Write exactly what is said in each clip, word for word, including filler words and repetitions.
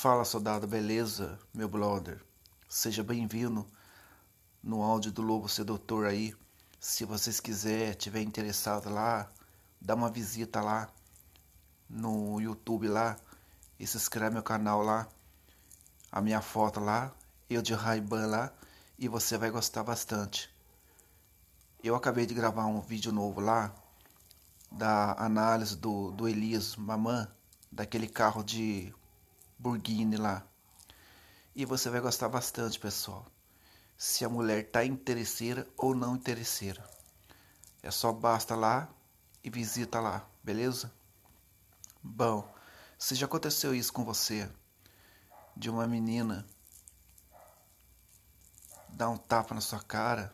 Fala, soldado, beleza? Meu brother, seja bem-vindo no áudio do Lobo Sedutor aí. Se vocês quiserem, tiver interessado lá, dá uma visita lá no YouTube lá e se inscreve no meu canal lá, a minha foto lá, eu de Ray-Ban lá, e você vai gostar bastante. Eu acabei de gravar um vídeo novo lá da análise do, do Elias Mamã, daquele carro de Burguini lá. E você vai gostar bastante, pessoal. Se a mulher tá interesseira ou não interesseira. É só basta lá e visita lá, beleza? Bom, se já aconteceu isso com você, de uma menina dar um tapa na sua cara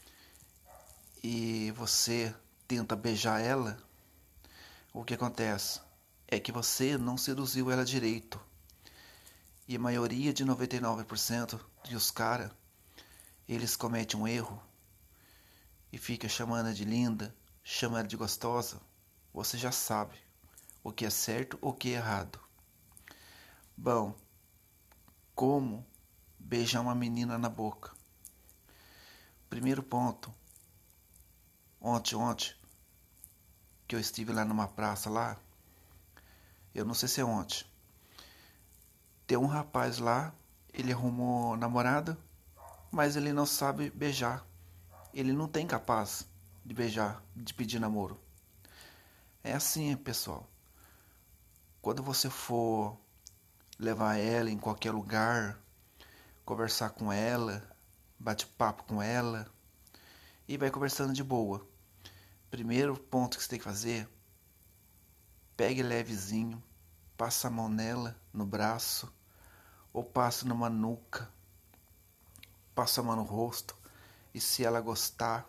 e você tenta beijar ela, o que acontece é que você não seduziu ela direito. E a maioria de noventa e nove por cento dos caras, eles cometem um erro e fica chamando ela de linda, chama ela de gostosa. Você já sabe o que é certo ou o que é errado. Bom, como beijar uma menina na boca? Primeiro ponto, ontem, ontem, que eu estive lá numa praça lá, eu não sei se é ontem, tem um rapaz lá, ele arrumou namorada, mas ele não sabe beijar. Ele não tem capaz de beijar, de pedir namoro. É assim, pessoal. Quando você for levar ela em qualquer lugar, conversar com ela, bate papo com ela e vai conversando de boa. Primeiro ponto que você tem que fazer, pegue levezinho, passa a mão nela, no braço, ou passa numa nuca, passa a mão no rosto, e se ela gostar,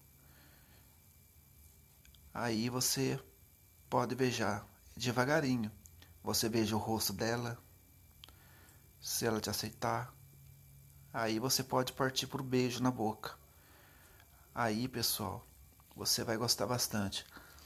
aí você pode beijar devagarinho. Você beija o rosto dela, se ela te aceitar, aí você pode partir pro beijo na boca. Aí, pessoal, você vai gostar bastante.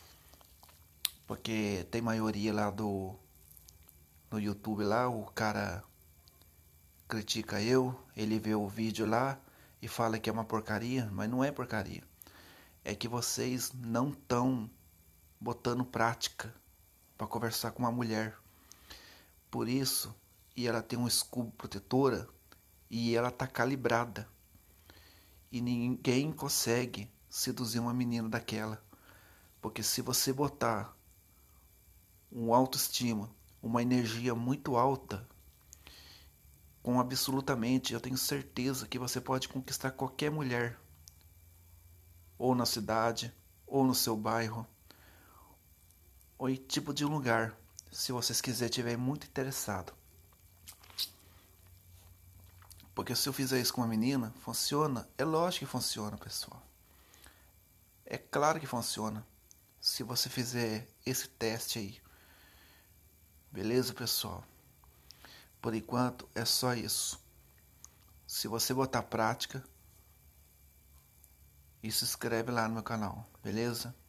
Porque tem maioria lá do no YouTube lá, o cara critica eu, ele vê o vídeo lá e fala que é uma porcaria, mas não é porcaria. É que vocês não estão botando prática para conversar com uma mulher. Por isso, e ela tem um escudo protetora e ela tá calibrada. E ninguém consegue seduzir uma menina daquela. Porque se você botar um autoestima, uma energia muito alta, com absolutamente, eu tenho certeza que você pode conquistar qualquer mulher, ou na cidade, ou no seu bairro, ou em tipo de lugar, se vocês quiserem, estiver muito interessado. Porque se eu fizer isso com uma menina, funciona? É lógico que funciona, pessoal. É claro que funciona. Se você fizer esse teste aí. Beleza, pessoal? Por enquanto é só isso. Se você botar prática, e se inscreve lá no meu canal, beleza?